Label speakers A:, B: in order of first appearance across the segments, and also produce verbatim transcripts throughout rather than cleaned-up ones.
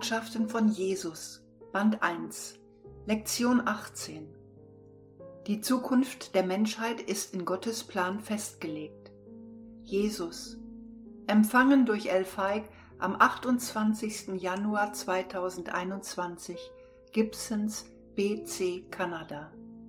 A: Botschaften von Jesus, Band eins, Lektion achtzehn. Die Zukunft der Menschheit ist in Gottes Plan festgelegt. Jesus, empfangen durch El Feig am achtundzwanzigsten Januar zweitausendeinundzwanzig, Gibsons, B C, Kanada.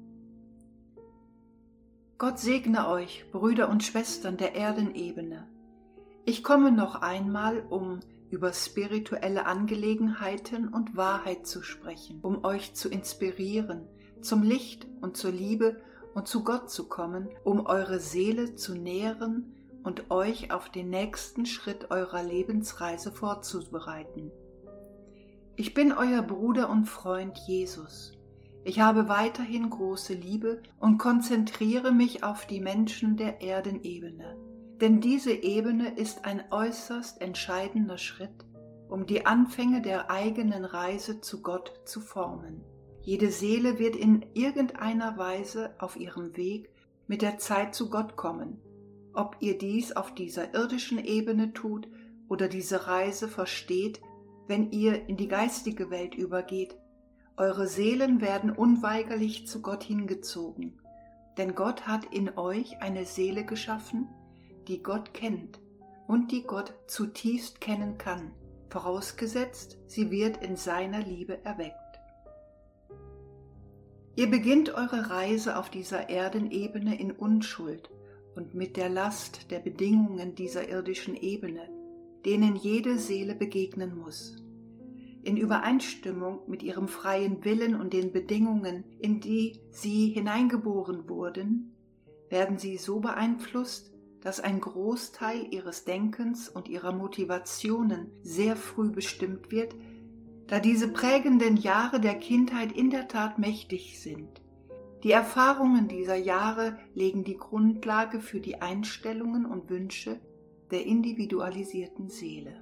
A: Gott segne euch, Brüder und Schwestern der Erdenebene. Ich komme noch einmal, um über spirituelle Angelegenheiten und Wahrheit zu sprechen, um euch zu inspirieren, zum Licht und zur Liebe und zu Gott zu kommen, um eure Seele zu nähren und euch auf den nächsten Schritt eurer Lebensreise vorzubereiten. Ich bin euer Bruder und Freund Jesus. Ich habe weiterhin große Liebe und konzentriere mich auf die Menschen der Erdenebene. Denn diese Ebene ist ein äußerst entscheidender Schritt, um die Anfänge der eigenen Reise zu Gott zu formen. Jede Seele wird in irgendeiner Weise auf ihrem Weg mit der Zeit zu Gott kommen. Ob ihr dies auf dieser irdischen Ebene tut oder diese Reise versteht, wenn ihr in die geistige Welt übergeht, eure Seelen werden unweigerlich zu Gott hingezogen. Denn Gott hat in euch eine Seele geschaffen, die Gott kennt und die Gott zutiefst kennen kann, vorausgesetzt, sie wird in seiner Liebe erweckt. Ihr beginnt eure Reise auf dieser Erdenebene in Unschuld und mit der Last der Bedingungen dieser irdischen Ebene, denen jede Seele begegnen muss. In Übereinstimmung mit ihrem freien Willen und den Bedingungen, in die sie hineingeboren wurden, werden sie so beeinflusst, dass ein Großteil ihres Denkens und ihrer Motivationen sehr früh bestimmt wird, da diese prägenden Jahre der Kindheit in der Tat mächtig sind. Die Erfahrungen dieser Jahre legen die Grundlage für die Einstellungen und Wünsche der individualisierten Seele.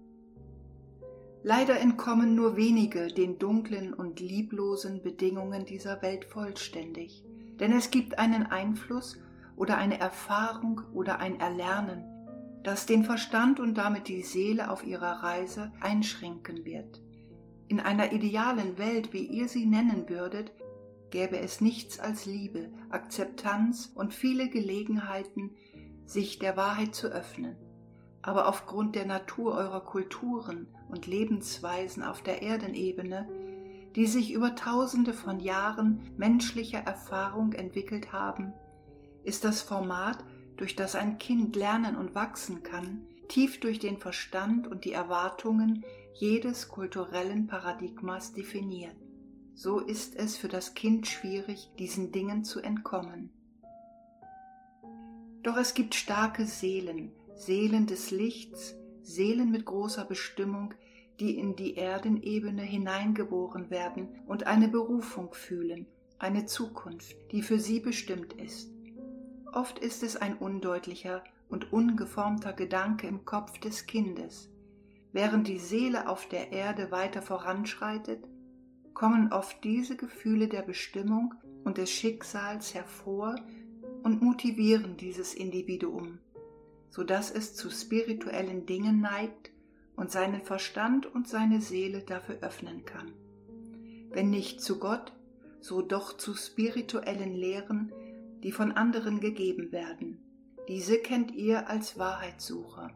A: Leider entkommen nur wenige den dunklen und lieblosen Bedingungen dieser Welt vollständig, denn es gibt einen Einfluss oder eine Erfahrung oder ein Erlernen, das den Verstand und damit die Seele auf ihrer Reise einschränken wird. In einer idealen Welt, wie ihr sie nennen würdet, gäbe es nichts als Liebe, Akzeptanz und viele Gelegenheiten, sich der Wahrheit zu öffnen. Aber aufgrund der Natur eurer Kulturen und Lebensweisen auf der Erdenebene, die sich über Tausende von Jahren menschlicher Erfahrung entwickelt haben, ist das Format, durch das ein Kind lernen und wachsen kann, tief durch den Verstand und die Erwartungen jedes kulturellen Paradigmas definiert. So ist es für das Kind schwierig, diesen Dingen zu entkommen. Doch es gibt starke Seelen, Seelen des Lichts, Seelen mit großer Bestimmung, die in die Erdenebene hineingeboren werden und eine Berufung fühlen, eine Zukunft, die für sie bestimmt ist. Oft ist es ein undeutlicher und ungeformter Gedanke im Kopf des Kindes. Während die Seele auf der Erde weiter voranschreitet, kommen oft diese Gefühle der Bestimmung und des Schicksals hervor und motivieren dieses Individuum, sodass es zu spirituellen Dingen neigt und seinen Verstand und seine Seele dafür öffnen kann. Wenn nicht zu Gott, so doch zu spirituellen Lehren, die von anderen gegeben werden. Diese kennt ihr als Wahrheitssucher.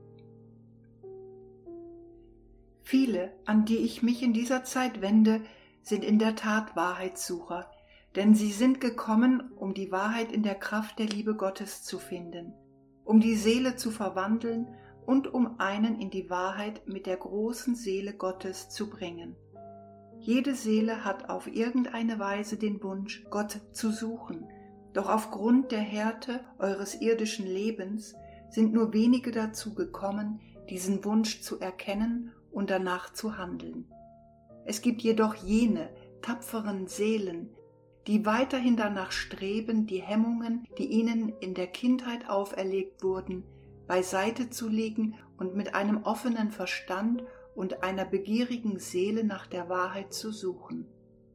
A: Viele, an die ich mich in dieser Zeit wende, sind in der Tat Wahrheitssucher, denn sie sind gekommen, um die Wahrheit in der Kraft der Liebe Gottes zu finden, um die Seele zu verwandeln und um einen in die Wahrheit mit der großen Seele Gottes zu bringen. Jede Seele hat auf irgendeine Weise den Wunsch, Gott zu suchen, doch aufgrund der Härte eures irdischen Lebens sind nur wenige dazu gekommen, diesen Wunsch zu erkennen und danach zu handeln. Es gibt jedoch jene tapferen Seelen, die weiterhin danach streben, die Hemmungen, die ihnen in der Kindheit auferlegt wurden, beiseite zu legen und mit einem offenen Verstand und einer begierigen Seele nach der Wahrheit zu suchen.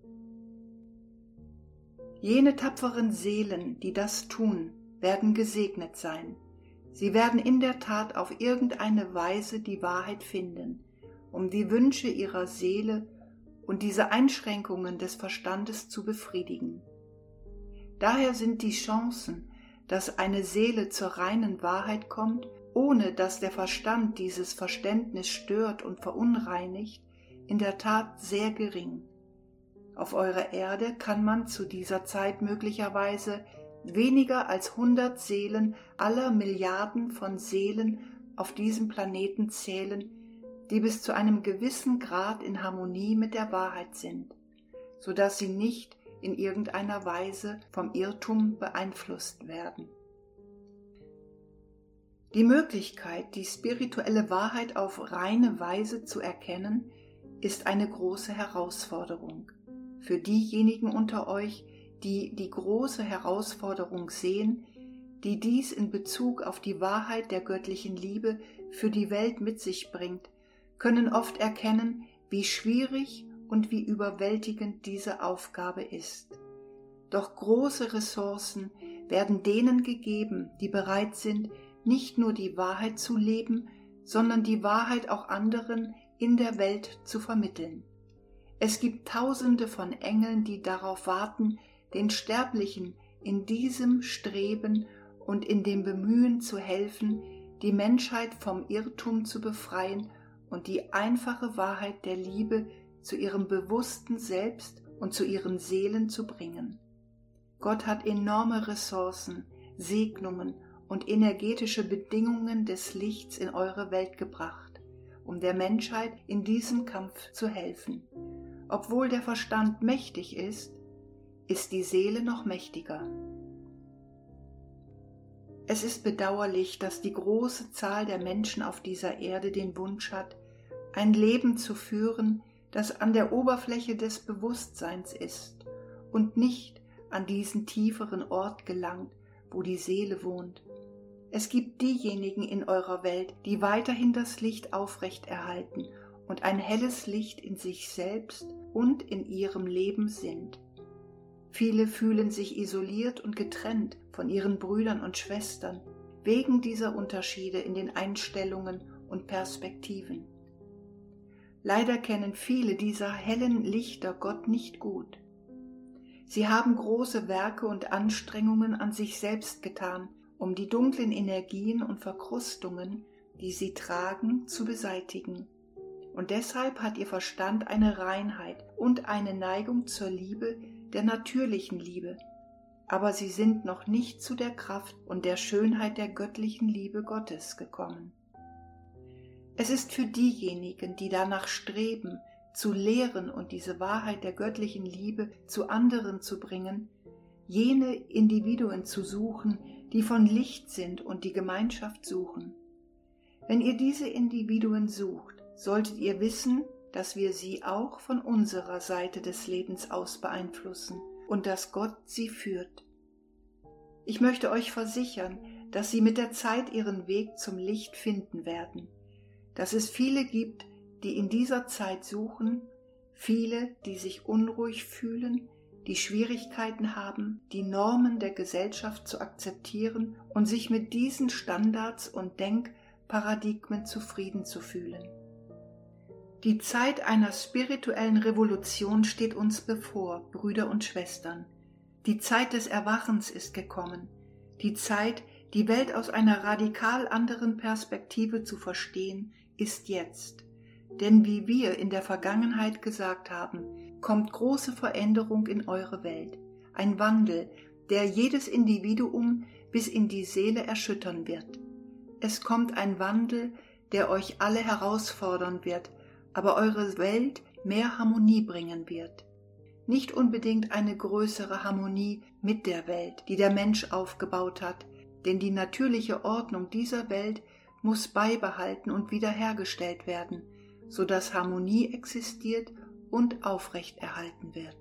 A: Jene tapferen Seelen, die das tun, werden gesegnet sein. Sie werden in der Tat auf irgendeine Weise die Wahrheit finden um die Wünsche ihrer Seele und diese Einschränkungen des Verstandes zu befriedigen. Daher sind die Chancen, dass eine Seele zur reinen Wahrheit kommt, ohne dass der Verstand dieses Verständnis stört und verunreinigt, in der Tat sehr gering. Auf eurer Erde kann man zu dieser Zeit möglicherweise weniger als hundert Seelen aller Milliarden von Seelen auf diesem Planeten zählen, die bis zu einem gewissen Grad in Harmonie mit der Wahrheit sind, so dass sie nicht in irgendeiner Weise vom Irrtum beeinflusst werden. Die Möglichkeit, die spirituelle Wahrheit auf reine Weise zu erkennen, ist eine große Herausforderung. Für diejenigen unter euch, die die große Herausforderung sehen, die dies in Bezug auf die Wahrheit der göttlichen Liebe für die Welt mit sich bringt, können oft erkennen, wie schwierig und wie überwältigend diese Aufgabe ist. Doch große Ressourcen werden denen gegeben, die bereit sind, nicht nur die Wahrheit zu leben, sondern die Wahrheit auch anderen in der Welt zu vermitteln. Es gibt Tausende von Engeln, die darauf warten, den Sterblichen in diesem Streben und in dem Bemühen zu helfen, die Menschheit vom Irrtum zu befreien und die einfache Wahrheit der Liebe zu ihrem bewussten Selbst und zu ihren Seelen zu bringen. Gott hat enorme Ressourcen, Segnungen und energetische Bedingungen des Lichts in eure Welt gebracht, um der Menschheit in diesem Kampf zu helfen. Obwohl der Verstand mächtig ist, ist die Seele noch mächtiger. Es ist bedauerlich, dass die große Zahl der Menschen auf dieser Erde den Wunsch hat, ein Leben zu führen, das an der Oberfläche des Bewusstseins ist und nicht an diesen tieferen Ort gelangt, wo die Seele wohnt. Es gibt diejenigen in eurer Welt, die weiterhin das Licht aufrechterhalten und ein helles Licht in sich selbst und in ihrem Leben sind. Viele fühlen sich isoliert und getrennt von ihren Brüdern und Schwestern wegen dieser Unterschiede in den Einstellungen und Perspektiven. Leider kennen viele dieser hellen Lichter Gott nicht gut. Sie haben große Werke und Anstrengungen an sich selbst getan, um die dunklen Energien und Verkrustungen, die sie tragen, zu beseitigen. Und deshalb hat ihr Verstand eine Reinheit und eine Neigung zur Liebe, der natürlichen Liebe. Aber sie sind noch nicht zu der Kraft und der Schönheit der göttlichen Liebe Gottes gekommen. Es ist für diejenigen, die danach streben, zu lehren und diese Wahrheit der göttlichen Liebe zu anderen zu bringen, jene Individuen zu suchen, die von Licht sind und die Gemeinschaft suchen. Wenn ihr diese Individuen sucht, solltet ihr wissen, dass wir sie auch von unserer Seite des Lebens aus beeinflussen und dass Gott sie führt. Ich möchte euch versichern, dass sie mit der Zeit ihren Weg zum Licht finden werden, dass es viele gibt, die in dieser Zeit suchen, viele, die sich unruhig fühlen, die Schwierigkeiten haben, die Normen der Gesellschaft zu akzeptieren und sich mit diesen Standards und Denkparadigmen zufrieden zu fühlen. Die Zeit einer spirituellen Revolution steht uns bevor, Brüder und Schwestern. Die Zeit des Erwachens ist gekommen, die Zeit, die Welt aus einer radikal anderen Perspektive zu verstehen, ist jetzt. Denn wie wir in der Vergangenheit gesagt haben, kommt große Veränderung in eure Welt, ein Wandel, der jedes Individuum bis in die Seele erschüttern wird. Es kommt ein Wandel, der euch alle herausfordern wird, aber eure Welt mehr Harmonie bringen wird. Nicht unbedingt eine größere Harmonie mit der Welt, die der Mensch aufgebaut hat, denn die natürliche Ordnung dieser Welt muss beibehalten und wiederhergestellt werden, sodass Harmonie existiert und aufrechterhalten wird.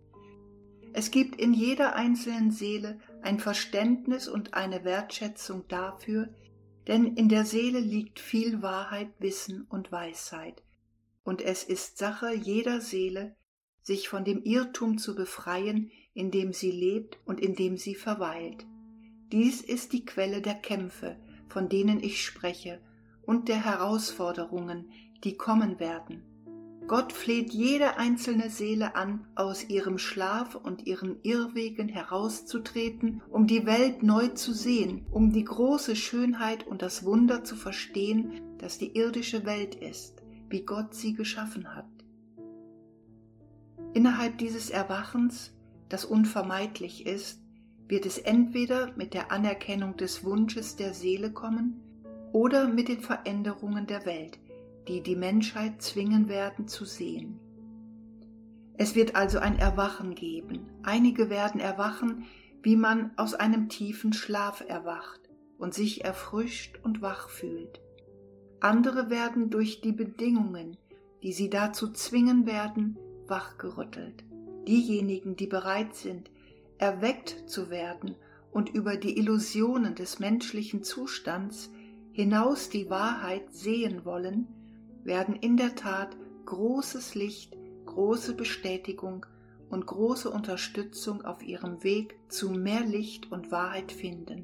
A: Es gibt in jeder einzelnen Seele ein Verständnis und eine Wertschätzung dafür, denn in der Seele liegt viel Wahrheit, Wissen und Weisheit. Und es ist Sache jeder Seele, sich von dem Irrtum zu befreien, in dem sie lebt und in dem sie verweilt. Dies ist die Quelle der Kämpfe, von denen ich spreche, und der Herausforderungen, die kommen werden. Gott fleht jede einzelne Seele an, aus ihrem Schlaf und ihren Irrwegen herauszutreten, um die Welt neu zu sehen, um die große Schönheit und das Wunder zu verstehen, das die irdische Welt ist, wie Gott sie geschaffen hat. Innerhalb dieses Erwachens, das unvermeidlich ist, wird es entweder mit der Anerkennung des Wunsches der Seele kommen oder mit den Veränderungen der Welt, die die Menschheit zwingen werden zu sehen. Es wird also ein Erwachen geben. Einige werden erwachen, wie man aus einem tiefen Schlaf erwacht und sich erfrischt und wach fühlt. Andere werden durch die Bedingungen, die sie dazu zwingen werden, wachgerüttelt. Diejenigen, die bereit sind, erweckt zu werden und über die Illusionen des menschlichen Zustands hinaus die Wahrheit sehen wollen, werden in der Tat großes Licht, große Bestätigung und große Unterstützung auf ihrem Weg zu mehr Licht und Wahrheit finden.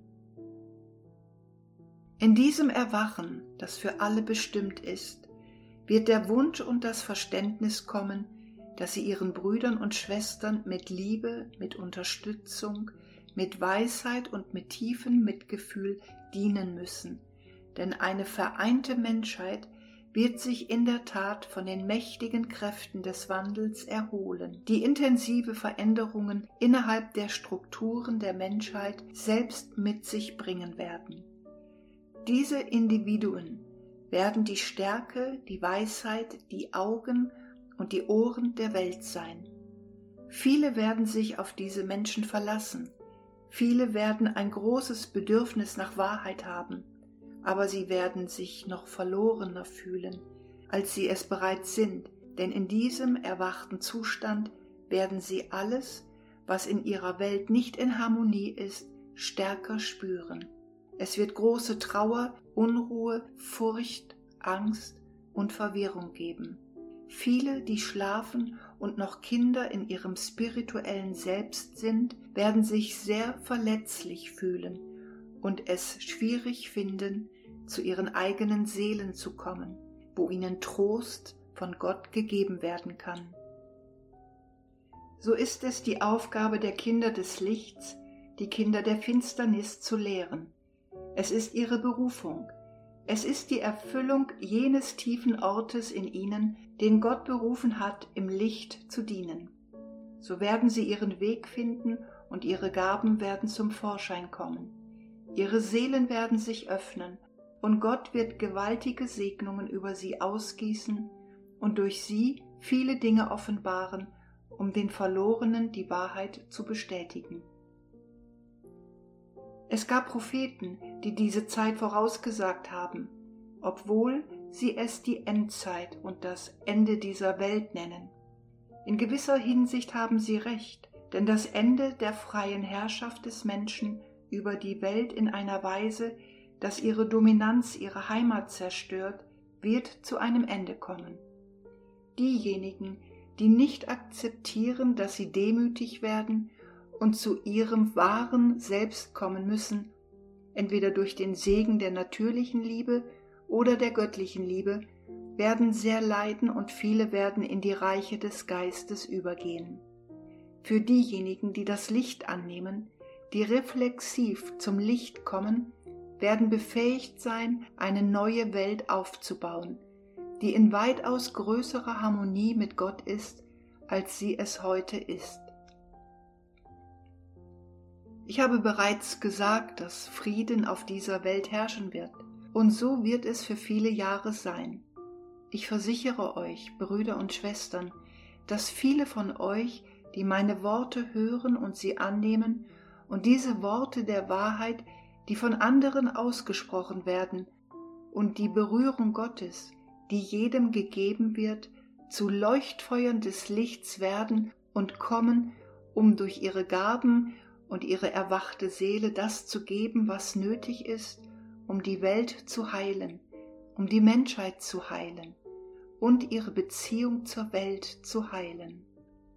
A: In diesem Erwachen, das für alle bestimmt ist, wird der Wunsch und das Verständnis kommen, dass sie ihren Brüdern und Schwestern mit Liebe, mit Unterstützung, mit Weisheit und mit tiefem Mitgefühl dienen müssen, denn eine vereinte Menschheit wird sich in der Tat von den mächtigen Kräften des Wandels erholen, die intensive Veränderungen innerhalb der Strukturen der Menschheit selbst mit sich bringen werden. Diese Individuen werden die Stärke, die Weisheit, die Augen und die Ohren der Welt sein. Viele werden sich auf diese Menschen verlassen, viele werden ein großes Bedürfnis nach Wahrheit haben, aber sie werden sich noch verlorener fühlen, als sie es bereits sind, denn in diesem erwachten Zustand werden sie alles, was in ihrer Welt nicht in Harmonie ist, stärker spüren. Es wird große Trauer, Unruhe, Furcht, Angst und Verwirrung geben. Viele, die schlafen und noch Kinder in ihrem spirituellen Selbst sind, werden sich sehr verletzlich fühlen und es schwierig finden, zu ihren eigenen Seelen zu kommen, wo ihnen Trost von Gott gegeben werden kann. So ist es die Aufgabe der Kinder des Lichts, die Kinder der Finsternis zu lehren. Es ist ihre Berufung. Es ist die Erfüllung jenes tiefen Ortes in ihnen, den Gott berufen hat, im Licht zu dienen. So werden sie ihren Weg finden und ihre Gaben werden zum Vorschein kommen. Ihre Seelen werden sich öffnen und Gott wird gewaltige Segnungen über sie ausgießen und durch sie viele Dinge offenbaren, um den Verlorenen die Wahrheit zu bestätigen. Es gab Propheten, die diese Zeit vorausgesagt haben, obwohl sie es die Endzeit und das Ende dieser Welt nennen. In gewisser Hinsicht haben sie recht, denn das Ende der freien Herrschaft des Menschen über die Welt in einer Weise, dass ihre Dominanz ihre Heimat zerstört, wird zu einem Ende kommen. Diejenigen, die nicht akzeptieren, dass sie demütig werden und zu ihrem wahren Selbst kommen müssen, entweder durch den Segen der natürlichen Liebe oder der göttlichen Liebe, werden sehr leiden und viele werden in die Reiche des Geistes übergehen. Für diejenigen, die das Licht annehmen, die reflexiv zum Licht kommen, werden befähigt sein, eine neue Welt aufzubauen, die in weitaus größerer Harmonie mit Gott ist, als sie es heute ist. Ich habe bereits gesagt, dass Frieden auf dieser Welt herrschen wird, und so wird es für viele Jahre sein. Ich versichere euch, Brüder und Schwestern, dass viele von euch, die meine Worte hören und sie annehmen, und diese Worte der Wahrheit, die von anderen ausgesprochen werden, und die Berührung Gottes, die jedem gegeben wird, zu Leuchtfeuern des Lichts werden und kommen, um durch ihre Gaben und ihre erwachte Seele das zu geben, was nötig ist, um die Welt zu heilen, um die Menschheit zu heilen und ihre Beziehung zur Welt zu heilen.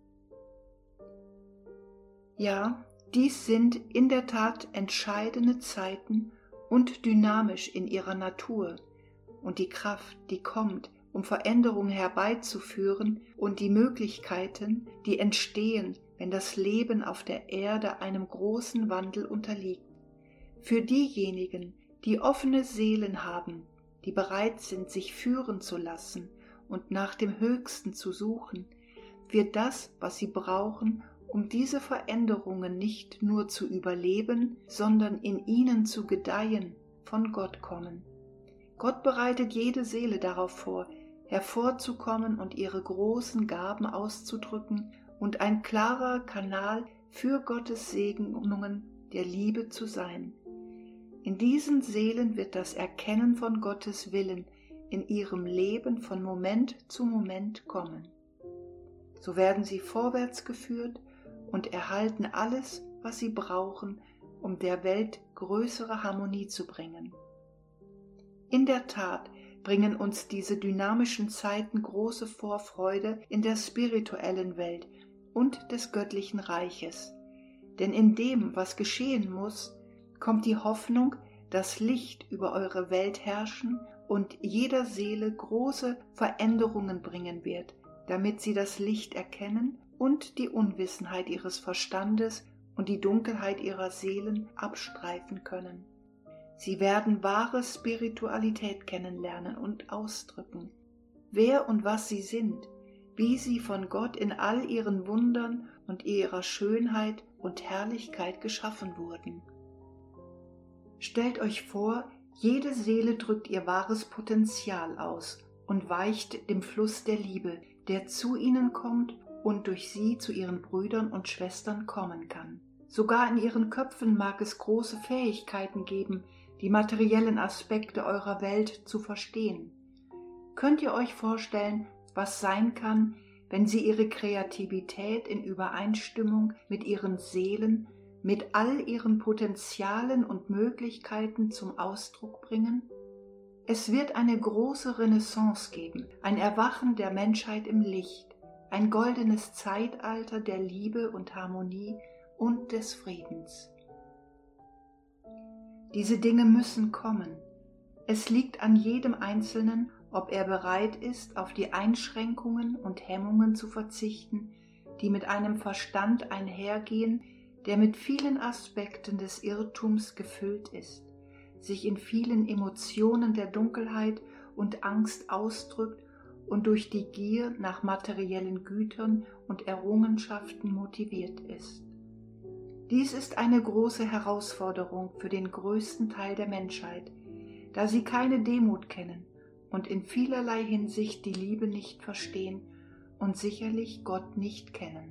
A: Ja, dies sind in der Tat entscheidende Zeiten und dynamisch in ihrer Natur, und die Kraft, die kommt, um Veränderungen herbeizuführen und die Möglichkeiten, die entstehen, wenn das Leben auf der Erde einem großen Wandel unterliegt. Für diejenigen, die offene Seelen haben, die bereit sind, sich führen zu lassen und nach dem Höchsten zu suchen, wird das, was sie brauchen, um diese Veränderungen nicht nur zu überleben, sondern in ihnen zu gedeihen, von Gott kommen. Gott bereitet jede Seele darauf vor, hervorzukommen und ihre großen Gaben auszudrücken und ein klarer Kanal für Gottes Segnungen der Liebe zu sein. In diesen Seelen wird das Erkennen von Gottes Willen in ihrem Leben von Moment zu Moment kommen. So werden sie vorwärts geführt und erhalten alles, was sie brauchen, um der Welt größere Harmonie zu bringen. In der Tat bringen uns diese dynamischen Zeiten große Vorfreude in der spirituellen Welt und des göttlichen Reiches. Denn in dem, was geschehen muss, kommt die Hoffnung, dass Licht über eure Welt herrschen und jeder Seele große Veränderungen bringen wird, damit sie das Licht erkennen und die Unwissenheit ihres Verstandes und die Dunkelheit ihrer Seelen abstreifen können. Sie werden wahre Spiritualität kennenlernen und ausdrücken, wer und was sie sind, wie sie von Gott in all ihren Wundern und ihrer Schönheit und Herrlichkeit geschaffen wurden. Stellt euch vor, jede Seele drückt ihr wahres Potenzial aus und weicht dem Fluss der Liebe, der zu ihnen kommt und durch sie zu ihren Brüdern und Schwestern kommen kann. Sogar in ihren Köpfen mag es große Fähigkeiten geben, die materiellen Aspekte eurer Welt zu verstehen. Könnt ihr euch vorstellen, was sein kann, wenn sie ihre Kreativität in Übereinstimmung mit ihren Seelen, mit all ihren Potenzialen und Möglichkeiten zum Ausdruck bringen? Es wird eine große Renaissance geben, ein Erwachen der Menschheit im Licht, ein goldenes Zeitalter der Liebe und Harmonie und des Friedens. Diese Dinge müssen kommen. Es liegt an jedem Einzelnen, ob er bereit ist, auf die Einschränkungen und Hemmungen zu verzichten, die mit einem Verstand einhergehen, der mit vielen Aspekten des Irrtums gefüllt ist, sich in vielen Emotionen der Dunkelheit und Angst ausdrückt und durch die Gier nach materiellen Gütern und Errungenschaften motiviert ist. Dies ist eine große Herausforderung für den größten Teil der Menschheit, da sie keine Demut kennen und in vielerlei Hinsicht die Liebe nicht verstehen und sicherlich Gott nicht kennen.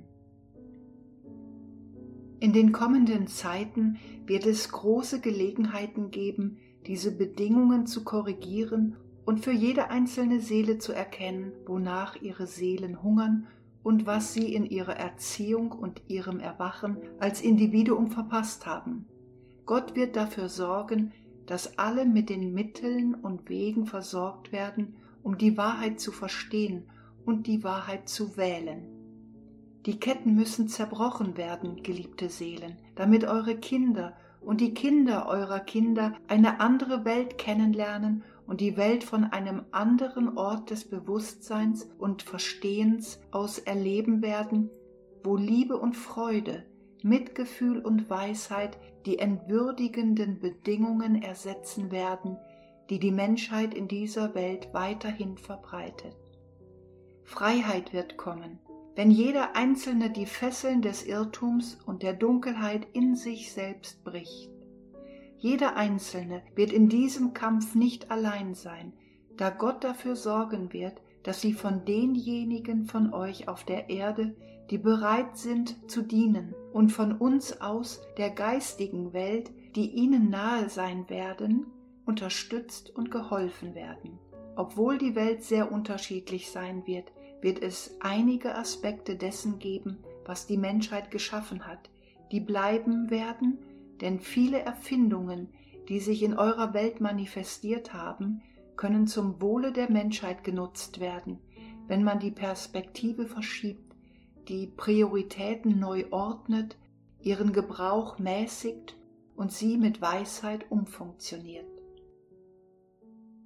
A: In den kommenden Zeiten wird es große Gelegenheiten geben, diese Bedingungen zu korrigieren und für jede einzelne Seele zu erkennen, wonach ihre Seelen hungern und was sie in ihrer Erziehung und ihrem Erwachen als Individuum verpasst haben. Gott wird dafür sorgen, dass alle mit den Mitteln und Wegen versorgt werden, um die Wahrheit zu verstehen und die Wahrheit zu wählen. Die Ketten müssen zerbrochen werden, geliebte Seelen, damit eure Kinder und die Kinder eurer Kinder eine andere Welt kennenlernen und die Welt von einem anderen Ort des Bewusstseins und Verstehens aus erleben werden, wo Liebe und Freude, Mitgefühl und Weisheit die entwürdigenden Bedingungen ersetzen werden, die die Menschheit in dieser Welt weiterhin verbreitet. Freiheit wird kommen, wenn jeder Einzelne die Fesseln des Irrtums und der Dunkelheit in sich selbst bricht. Jeder Einzelne wird in diesem Kampf nicht allein sein, da Gott dafür sorgen wird, dass sie von denjenigen von euch auf der Erde, die bereit sind zu dienen, und von uns aus der geistigen Welt, die ihnen nahe sein werden, unterstützt und geholfen werden. Obwohl die Welt sehr unterschiedlich sein wird, wird es einige Aspekte dessen geben, was die Menschheit geschaffen hat, die bleiben werden, denn viele Erfindungen, die sich in eurer Welt manifestiert haben, können zum Wohle der Menschheit genutzt werden, wenn man die Perspektive verschiebt, die Prioritäten neu ordnet, ihren Gebrauch mäßigt und sie mit Weisheit umfunktioniert.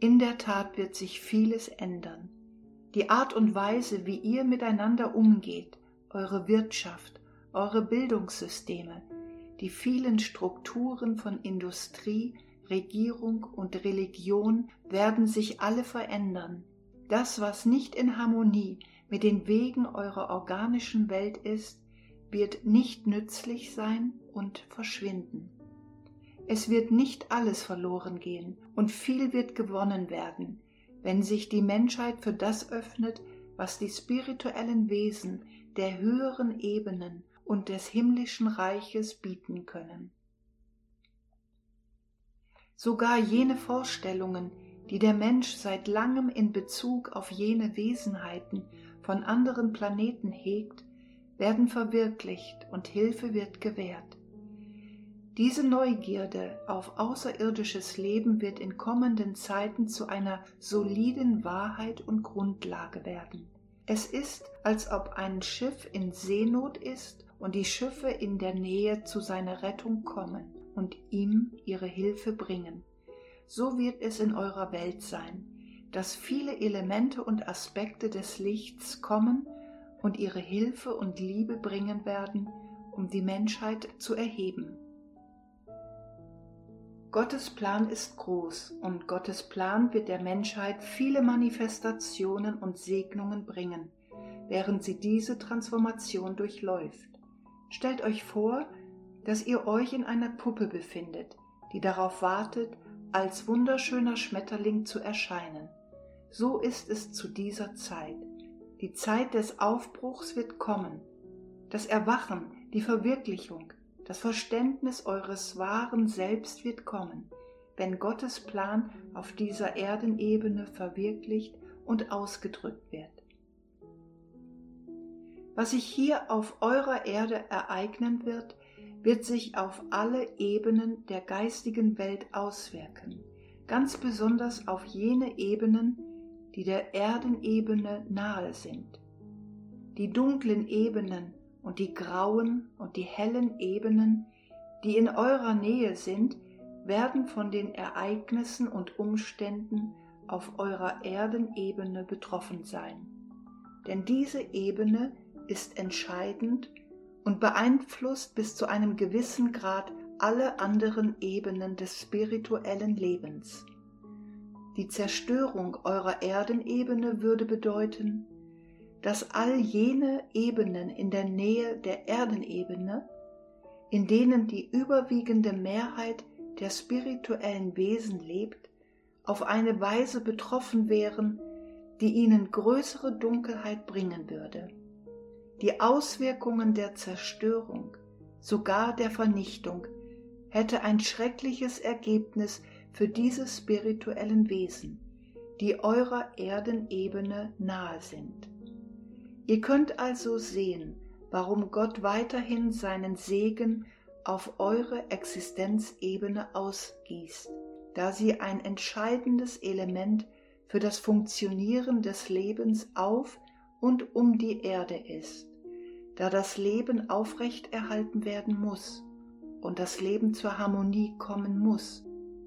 A: In der Tat wird sich vieles ändern. Die Art und Weise, wie ihr miteinander umgeht, eure Wirtschaft, eure Bildungssysteme, die vielen Strukturen von Industrie, Regierung und Religion werden sich alle verändern. Das, was nicht in Harmonie mit den Wegen eurer organischen Welt ist, wird nicht nützlich sein und verschwinden. Es wird nicht alles verloren gehen und viel wird gewonnen werden, wenn sich die Menschheit für das öffnet, was die spirituellen Wesen der höheren Ebenen und des himmlischen Reiches bieten können. Sogar jene Vorstellungen, die der Mensch seit langem in Bezug auf jene Wesenheiten von anderen Planeten hegt, werden verwirklicht und Hilfe wird gewährt. Diese Neugierde auf außerirdisches Leben wird in kommenden Zeiten zu einer soliden Wahrheit und Grundlage werden. Es ist, als ob ein Schiff in Seenot ist und die Schiffe in der Nähe zu seiner Rettung kommen und ihm ihre Hilfe bringen. So wird es in eurer Welt sein, dass viele Elemente und Aspekte des Lichts kommen und ihre Hilfe und Liebe bringen werden, um die Menschheit zu erheben. Gottes Plan ist groß und Gottes Plan wird der Menschheit viele Manifestationen und Segnungen bringen, während sie diese Transformation durchläuft. Stellt euch vor, dass ihr euch in einer Puppe befindet, die darauf wartet, als wunderschöner Schmetterling zu erscheinen. So ist es zu dieser Zeit. Die Zeit des Aufbruchs wird kommen. Das Erwachen, die Verwirklichung, das Verständnis eures wahren Selbst wird kommen, wenn Gottes Plan auf dieser Erdenebene verwirklicht und ausgedrückt wird. Was sich hier auf eurer Erde ereignen wird, wird sich auf alle Ebenen der geistigen Welt auswirken, ganz besonders auf jene Ebenen, die der Erdenebene nahe sind. Die dunklen Ebenen und die grauen und die hellen Ebenen, die in eurer Nähe sind, werden von den Ereignissen und Umständen auf eurer Erdenebene betroffen sein. Denn diese Ebene ist entscheidend und beeinflusst bis zu einem gewissen Grad alle anderen Ebenen des spirituellen Lebens. Die Zerstörung eurer Erdenebene würde bedeuten, dass all jene Ebenen in der Nähe der Erdenebene, in denen die überwiegende Mehrheit der spirituellen Wesen lebt, auf eine Weise betroffen wären, die ihnen größere Dunkelheit bringen würde. Die Auswirkungen der Zerstörung, sogar der Vernichtung, hätte ein schreckliches Ergebnis für diese spirituellen Wesen, die eurer Erdenebene nahe sind. Ihr könnt also sehen, warum Gott weiterhin seinen Segen auf eure Existenzebene ausgießt, da sie ein entscheidendes Element für das Funktionieren des Lebens auf und um die Erde ist, da das Leben aufrechterhalten werden muss und das Leben zur Harmonie kommen muss.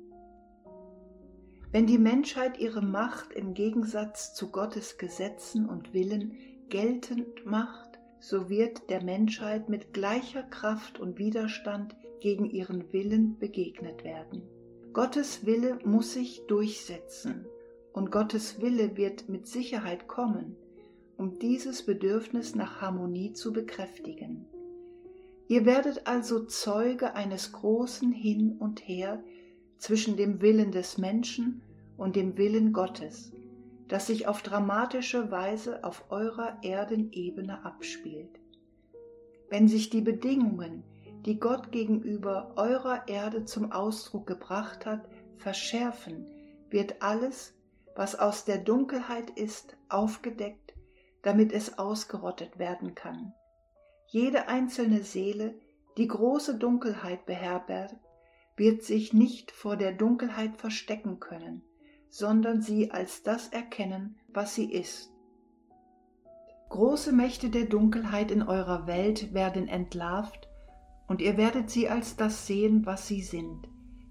A: Wenn die Menschheit ihre Macht im Gegensatz zu Gottes Gesetzen und Willen geltend macht, so wird der Menschheit mit gleicher Kraft und Widerstand gegen ihren Willen begegnet werden. Gottes Wille muss sich durchsetzen und Gottes Wille wird mit Sicherheit kommen, um dieses Bedürfnis nach Harmonie zu bekräftigen. Ihr werdet also Zeuge eines großen Hin und Her zwischen dem Willen des Menschen und dem Willen Gottes, das sich auf dramatische Weise auf eurer Erdenebene abspielt. Wenn sich die Bedingungen, die Gott gegenüber eurer Erde zum Ausdruck gebracht hat, verschärfen, wird alles, was aus der Dunkelheit ist, aufgedeckt, damit es ausgerottet werden kann. Jede einzelne Seele, die große Dunkelheit beherbergt, wird sich nicht vor der Dunkelheit verstecken können, sondern sie als das erkennen, was sie ist. Große Mächte der Dunkelheit in eurer Welt werden entlarvt und ihr werdet sie als das sehen, was sie sind.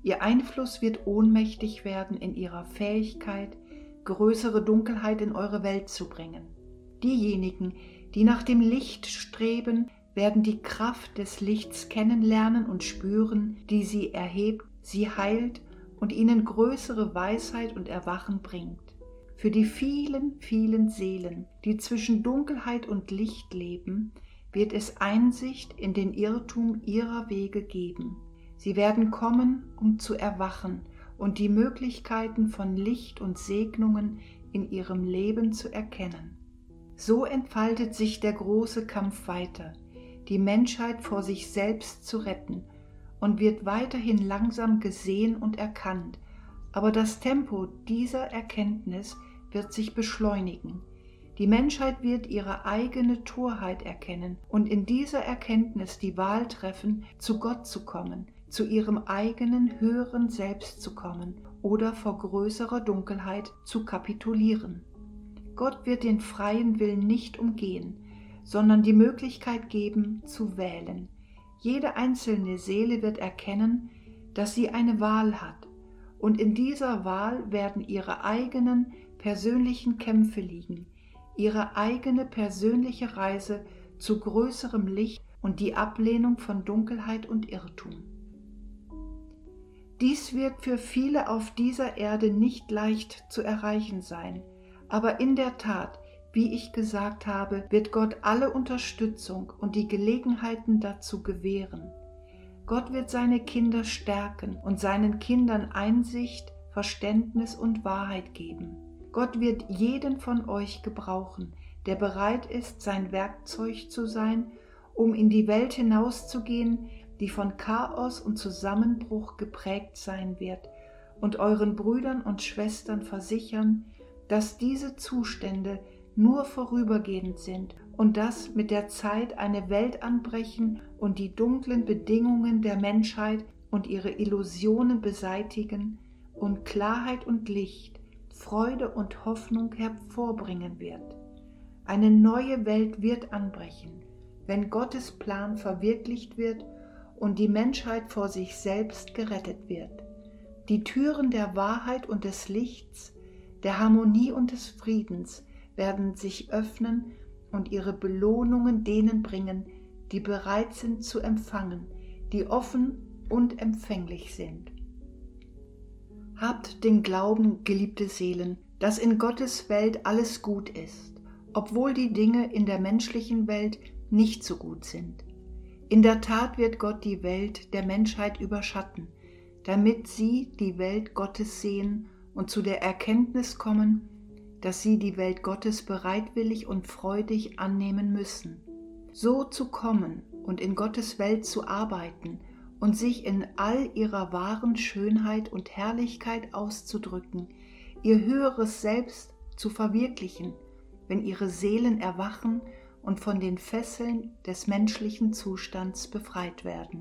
A: Ihr Einfluss wird ohnmächtig werden in ihrer Fähigkeit, größere Dunkelheit in eure Welt zu bringen. Diejenigen, die nach dem Licht streben, werden die Kraft des Lichts kennenlernen und spüren, die sie erhebt, sie heilt und ihnen größere Weisheit und Erwachen bringt. Für die vielen, vielen Seelen, die zwischen Dunkelheit und Licht leben, wird es Einsicht in den Irrtum ihrer Wege geben. Sie werden kommen, um zu erwachen und die Möglichkeiten von Licht und Segnungen in ihrem Leben zu erkennen. So entfaltet sich der große Kampf weiter, die Menschheit vor sich selbst zu retten, und wird weiterhin langsam gesehen und erkannt, aber das Tempo dieser Erkenntnis wird sich beschleunigen. Die Menschheit wird ihre eigene Torheit erkennen und in dieser Erkenntnis die Wahl treffen, zu Gott zu kommen, zu ihrem eigenen höheren Selbst zu kommen oder vor größerer Dunkelheit zu kapitulieren. Gott wird den freien Willen nicht umgehen, sondern die Möglichkeit geben, zu wählen. Jede einzelne Seele wird erkennen, dass sie eine Wahl hat, und in dieser Wahl werden ihre eigenen persönlichen Kämpfe liegen, ihre eigene persönliche Reise zu größerem Licht und die Ablehnung von Dunkelheit und Irrtum. Dies wird für viele auf dieser Erde nicht leicht zu erreichen sein, aber in der Tat, wie ich gesagt habe, wird Gott alle Unterstützung und die Gelegenheiten dazu gewähren. Gott wird seine Kinder stärken und seinen Kindern Einsicht, Verständnis und Wahrheit geben. Gott wird jeden von euch gebrauchen, der bereit ist, sein Werkzeug zu sein, um in die Welt hinauszugehen, die von Chaos und Zusammenbruch geprägt sein wird, und euren Brüdern und Schwestern versichern, dass diese Zustände nur vorübergehend sind und dass mit der Zeit eine Welt anbrechen und die dunklen Bedingungen der Menschheit und ihre Illusionen beseitigen und Klarheit und Licht, Freude und Hoffnung hervorbringen wird. Eine neue Welt wird anbrechen, wenn Gottes Plan verwirklicht wird und die Menschheit vor sich selbst gerettet wird. Die Türen der Wahrheit und des Lichts, der Harmonie und des Friedens werden sich öffnen und ihre Belohnungen denen bringen, die bereit sind zu empfangen, die offen und empfänglich sind. Habt den Glauben, geliebte Seelen, dass in Gottes Welt alles gut ist, obwohl die Dinge in der menschlichen Welt nicht so gut sind. In der Tat wird Gott die Welt der Menschheit überschatten, damit sie die Welt Gottes sehen und zu der Erkenntnis kommen, dass sie die Welt Gottes bereitwillig und freudig annehmen müssen. So zu kommen und in Gottes Welt zu arbeiten und sich in all ihrer wahren Schönheit und Herrlichkeit auszudrücken, ihr höheres Selbst zu verwirklichen, wenn ihre Seelen erwachen und von den Fesseln des menschlichen Zustands befreit werden.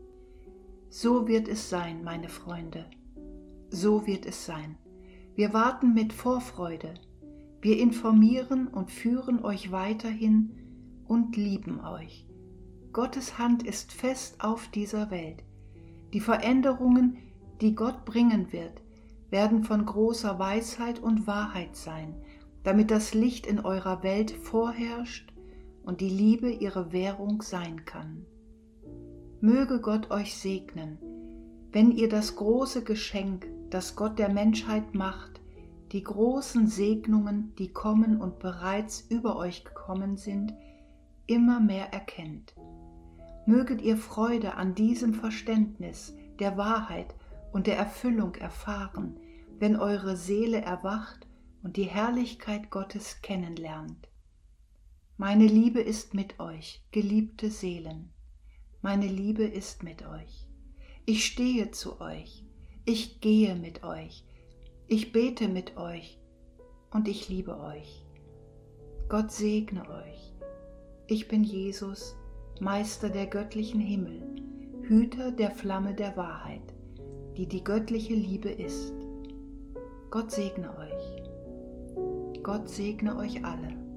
A: So wird es sein, meine Freunde, so wird es sein. Wir warten mit Vorfreude, wir informieren und führen euch weiterhin und lieben euch. Gottes Hand ist fest auf dieser Welt. Die Veränderungen, die Gott bringen wird, werden von großer Weisheit und Wahrheit sein, damit das Licht in eurer Welt vorherrscht und die Liebe ihre Währung sein kann. Möge Gott euch segnen, wenn ihr das große Geschenk, das Gott der Menschheit macht, die großen Segnungen, die kommen und bereits über euch gekommen sind, immer mehr erkennt. Möget ihr Freude an diesem Verständnis der Wahrheit und der Erfüllung erfahren, wenn eure Seele erwacht und die Herrlichkeit Gottes kennenlernt. Meine Liebe ist mit euch, geliebte Seelen. Meine Liebe ist mit euch. Ich stehe zu euch. Ich gehe mit euch. Ich bete mit euch und ich liebe euch. Gott segne euch. Ich bin Jesus, Meister der göttlichen Himmel, Hüter der Flamme der Wahrheit, die die göttliche Liebe ist. Gott segne euch. Gott segne euch alle.